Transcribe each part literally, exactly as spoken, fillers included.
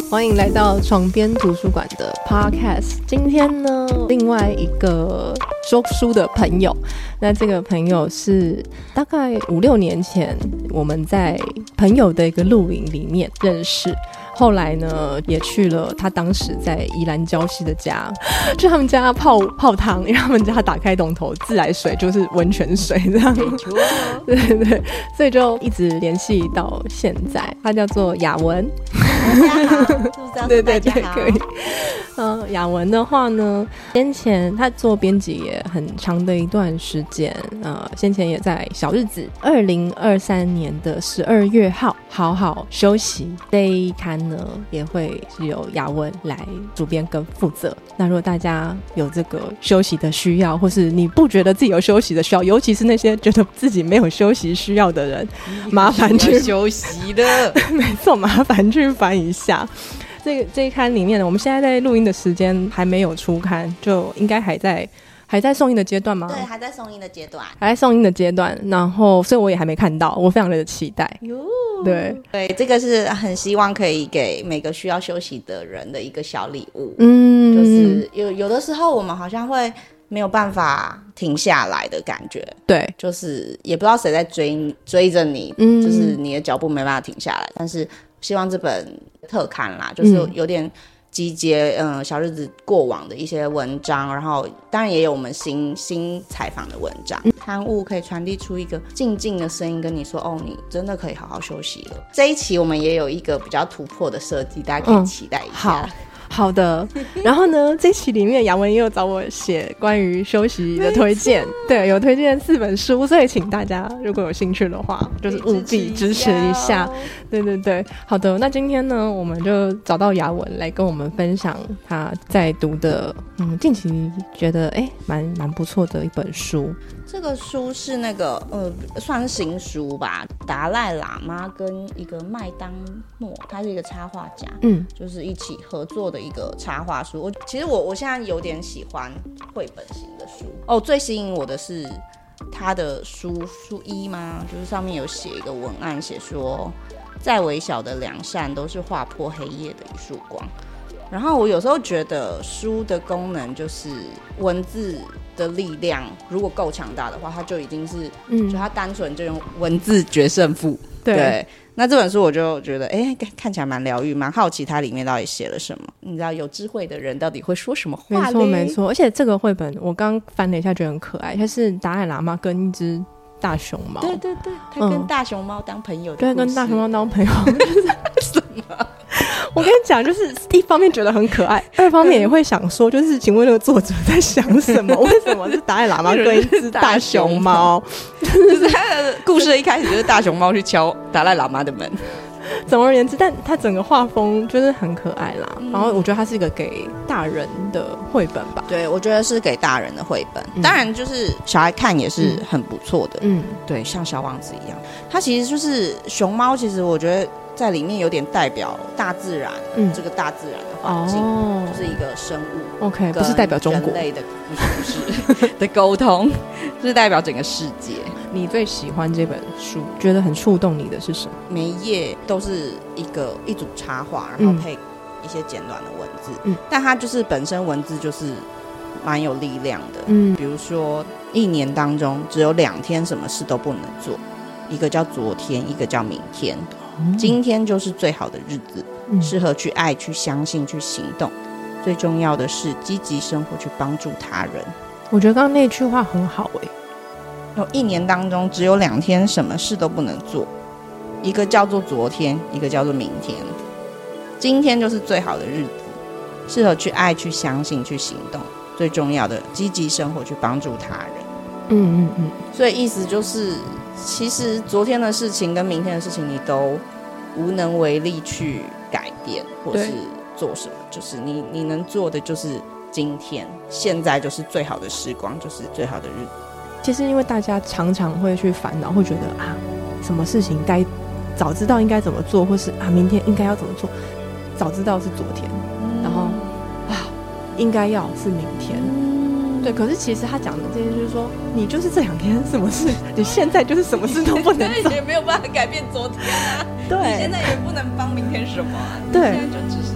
欢迎来到床边图书馆的 Podcast。 今天呢，另外一个说书的朋友，那这个朋友是大概五六年前我们在朋友的一个露营里面认识，后来呢也去了他当时在宜兰礁溪的家，去他们家泡泡汤，因为他们家打开龙头自来水就是温泉水这样，对对对，所以就一直联系到现在。他叫做雅文， 大家好，是不是要对对对， 大家好？ 可以。呃，雅文的话呢，先前他做编辑也很长的一段时间，呃，先前也在小日子二零二三年的十二月号好好休息这一刊呢，也会是由雅文来主编跟负责。那如果大家有这个休息的需要，或是你不觉得自己有休息的需要，尤其是那些觉得自己没有休息需要的人，麻烦去休息的没错，麻烦去翻一下这个这一刊里面呢。我们现在在录音的时间还没有出刊，就应该还在还在送印的阶段吗？ 对，还在送印的阶段， 还在送印的阶段，然后所以我也还没看到，我非常的期待。对对，这个是很希望可以给每个需要休息的人的一个小礼物。 嗯， 就是有有的时候我们好像会没有办法停下来的感觉， 对， 就是也不知道谁在追追着你， 嗯， 就是你的脚步没办法停下来。但是希望这本特刊啦，就是有点集结嗯小日子过往的一些文章，然后当然也有我们新新采访的文章，刊物可以传递出一个静静的声音，跟你说哦，你真的可以好好休息了。这一期我们也有一个比较突破的设计，大家可以期待一下。 嗯，好好的，然后呢，这期里面雅文也有找我写关于休息的推荐，对，有推荐四本书，所以请大家如果有兴趣的话，就是务必支持一下。对对对，好的，那今天呢，我们就找到雅文来跟我们分享他在读的，嗯，近期觉得哎蛮蛮不错的一本书。 这个书是那个呃，算是新书吧，达赖喇嘛跟一个麦当诺，他是一个插画家，嗯，就是一起合作的一个插画书。我其实我我现在有点喜欢绘本型的书哦，最吸引我的是他的书书一吗？就是上面有写一个文案，写说再微小的良善都是划破黑夜的一束光。然后我有时候觉得书的功能就是文字的力量，如果够强大的话，它就已经是，嗯，就它单纯就用文字决胜负。对，对，那这本书我就觉得，哎，看起来蛮疗愈，蛮好奇它里面到底写了什么。你知道，有智慧的人到底会说什么话？ 没错，没错。而且这个绘本我刚翻了一下，觉得很可爱，它是达赖喇嘛跟一只大熊猫。 对对对，他跟大熊猫当朋友的故对， 事。 跟大熊猫当朋友。什么？我跟你讲，就是一方面觉得很可爱，二方面也会想说，就是请问那个作者在想什么？为什么是达赖喇嘛跟一只大熊猫？ 就是他的故事一开始就是大熊猫去敲达赖喇嘛的门。 总而言之，但它整个画风就是很可爱啦。嗯，然后我觉得它是一个给大人的绘本吧。 对，我觉得是给大人的绘本，嗯，当然就是小孩看也是很不错的。嗯，对，像小王子一样，它其实就是熊猫，其实我觉得在里面有点代表大自然，嗯，这个大自然的环境，哦，就是一个生物 ，OK， 不是代表中国人类的，不是不是的沟通，就是代表整个世界。 你最喜欢这本书，觉得很触动你的是什么？ 每一页都是一个一组插画，然后配一些简短的文字，嗯，但它就是本身文字就是蛮有力量的，嗯，比如说一年当中只有两天什么事都不能做，一个叫昨天，一个叫明天，哦，今天就是最好的日子，嗯，适合去爱，去相信，去行动，最重要的是积极生活，去帮助他人。 我觉得刚刚那句话很好耶， 有一年当中只有两天什么事都不能做，一个叫做昨天，一个叫做明天，今天就是最好的日子，适合去爱，去相信，去行动，最重要的积极生活，去帮助他人。嗯嗯嗯。所以意思就是其实昨天的事情跟明天的事情你都无能为力去改变或是做什么，就是你你能做的就是今天，现在就是最好的时光，就是最好的日子。 其实因为大家常常会去烦恼，会觉得啊，什么事情该早知道应该怎么做，或是啊明天应该要怎么做，早知道是昨天，嗯，然后啊应该要是明天，嗯，对。可是其实他讲的这些就是说，你就是这两天什么事，你现在就是什么事都不能做， 也没有办法改变昨天啊。对，你现在也不能帮明天什么，啊，对，你现在就只是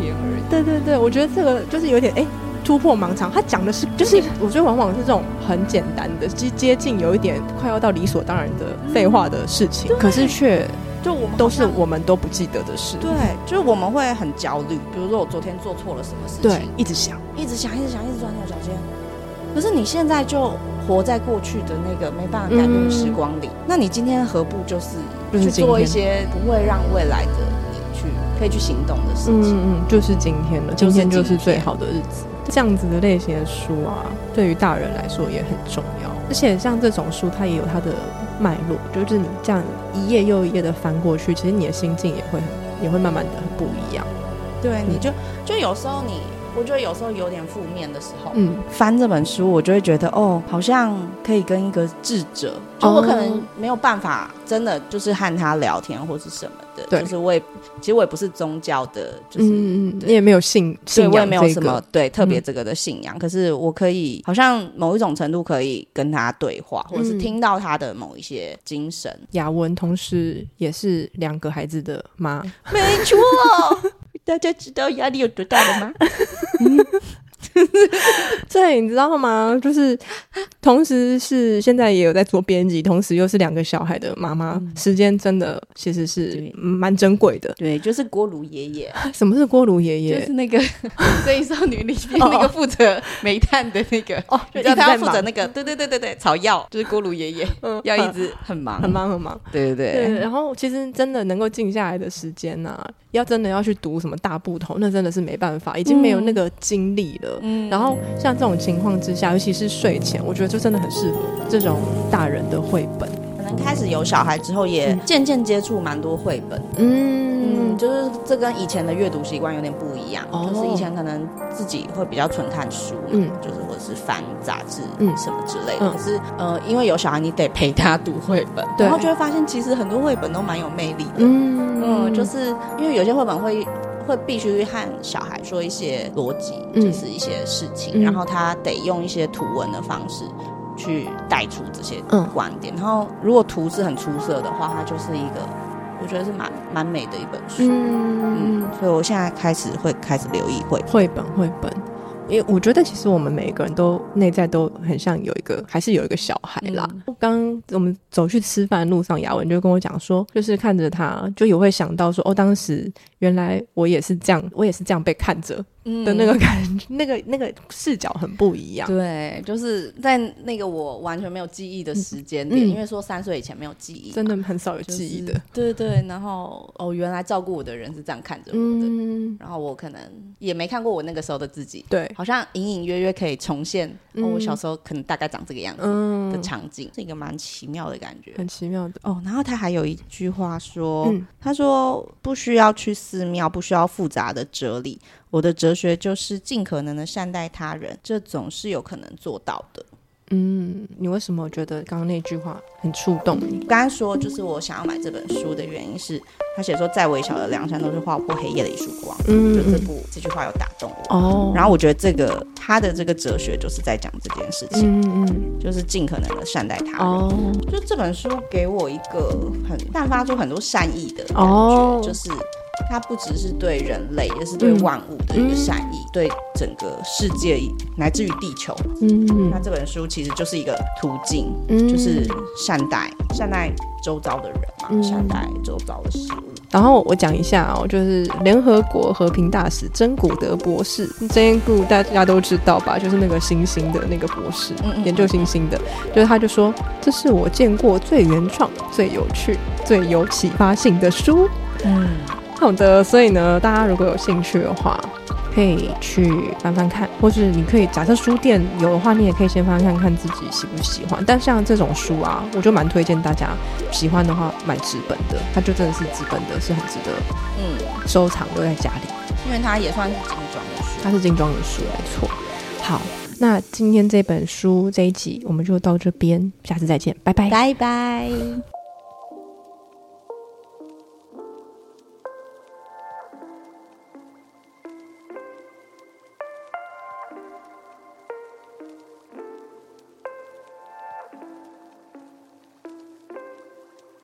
篇而已。 对对对，我觉得这个就是有点哎。突破盲肠，他讲的是，就是我觉得往往是这种很简单的，接接近有一点快要到理所当然的废话的事情，嗯、可是却就我们都是我们都不记得的事。 对，就是我们会很焦虑，比如说我昨天做错了什么事情， 对，一直想， 一直想，一直想，一直钻牛角尖。可是你现在就活在过去的那个没办法改变的时光里，嗯、那你今天何不就是去做一些不会让未来的你去可以去行动的事情？ 嗯嗯，就是今天了，今天就是最好的日子。这样子的类型的书啊，对于大人来说也很重要。而且像这种书，它也有它的脉络，就是你这样一页又一页的翻过去，其实你的心境也会很，也会慢慢的很不一样。 对，你就就有时候你。我觉得有时候有点负面的时候，嗯，翻这本书，我就会觉得哦，好像可以跟一个智者，就我可能没有办法真的就是和他聊天或是什么的，对，就是我也其实我也不是宗教的，就是嗯嗯，你也没有信信仰、这个， 我也没有什么对特别这个的信仰、嗯，可是我可以好像某一种程度可以跟他对话，或者是听到他的某一些精神。 雅文同时也是两个孩子的妈， 没错。大家知道压力有多大了吗？ 对，你知道吗？就是同时是现在也有在做编辑，同时又是两个小孩的妈妈、嗯，时间真的其实是蛮珍贵的。 对，就是锅炉爷爷。 什么是锅炉爷爷？ 就是那个《正义少女》里面那个负责煤炭的那个哦，就他要负责那个，对对对对对，草药，就是锅炉爷爷，嗯，要一直很忙很忙很忙。 对对 对, 对。然后其实真的能够静下来的时间啊，要真的要去读什么大部头，那真的是没办法，已经没有那个精力了。嗯，然后像这种情况之下，尤其是睡前，我觉得就真的很适合这种大人的绘本。 可能开始有小孩之后，也渐渐接触蛮多绘本。嗯嗯，就是这跟以前的阅读习惯有点不一样、哦。就是以前可能自己会比较纯看书，嗯，就是或者是翻杂志，嗯，什么之类的。嗯、可是呃，因为有小孩，你得陪他读绘本，然后就会发现其实很多绘本都蛮有魅力的。嗯嗯，就是因为有些绘本会。会必须和小孩说一些逻辑，就是一些事情、嗯、然后他得用一些图文的方式去带出这些观点、嗯、然后如果图是很出色的话，它就是一个我觉得是蛮蛮美的一本书。 嗯, 嗯所以我现在开始会开始留意绘绘本绘本因为我觉得其实我们每个人都内在都很像有一个还是有一个小孩啦。刚、嗯、我们走去吃饭的路上，雅文就跟我讲说，就是看着他就也会想到说，哦，当时原来我也是这样，我也是这样被看着的那个感觉、嗯、那个那个视角很不一样。 对，就是在那个我完全没有记忆的时间点、嗯、因为说三岁以前没有记忆， 真的很少有记忆的、就是、 对对，然后哦，原来照顾我的人是这样看着我的、嗯、然后我可能也没看过我那个时候的自己， 对， 好像隐隐约约可以重现、嗯哦、我小时候可能大概长这个样子的场景、嗯、是一个蛮奇妙的感觉， 很奇妙的哦。然后他还有一句话说、嗯、他说不需要去寺庙，不需要复杂的哲理，我的哲学就是尽可能的善待他人，这总是有可能做到的。 嗯，你为什么觉得刚刚那句话很触动你？ 刚才说就是我想要买这本书的原因是他写说再微小的梁山都是划破黑夜的一束光，嗯，就这部这句话有打动我哦。然后我觉得这个他的这个哲学就是在讲这件事情，嗯嗯，就是尽可能的善待他人哦。就这本书给我一个很散发出很多善意的感觉、哦、就是它不只是对人类，也是对万物的一个善意、嗯、对整个世界乃至于地球。嗯，那这本书其实就是一个途径、嗯、就是善待善待周遭的人嘛、嗯、善待周遭的事物。 然后我讲一下哦，就是联合国和平大使珍古德博士，珍古大家都知道吧，就是那个星星的那个博士，嗯嗯，研究星星的，就是他就说这是我见过最原创、最有趣、最有启发性的书。嗯，好的，所以呢，大家如果有兴趣的话，可以去翻翻看，或是你可以假设书店有的话，你也可以先翻看看自己喜不喜欢。但像这种书啊，我就蛮推荐大家喜欢的话买纸本的，它就真的是纸本的，是很值得嗯收藏留在家里， 因为它也算是精装的书， 它是精装的书，没错。好，那今天这本书这一集我们就到这边，下次再见，拜拜， 拜拜。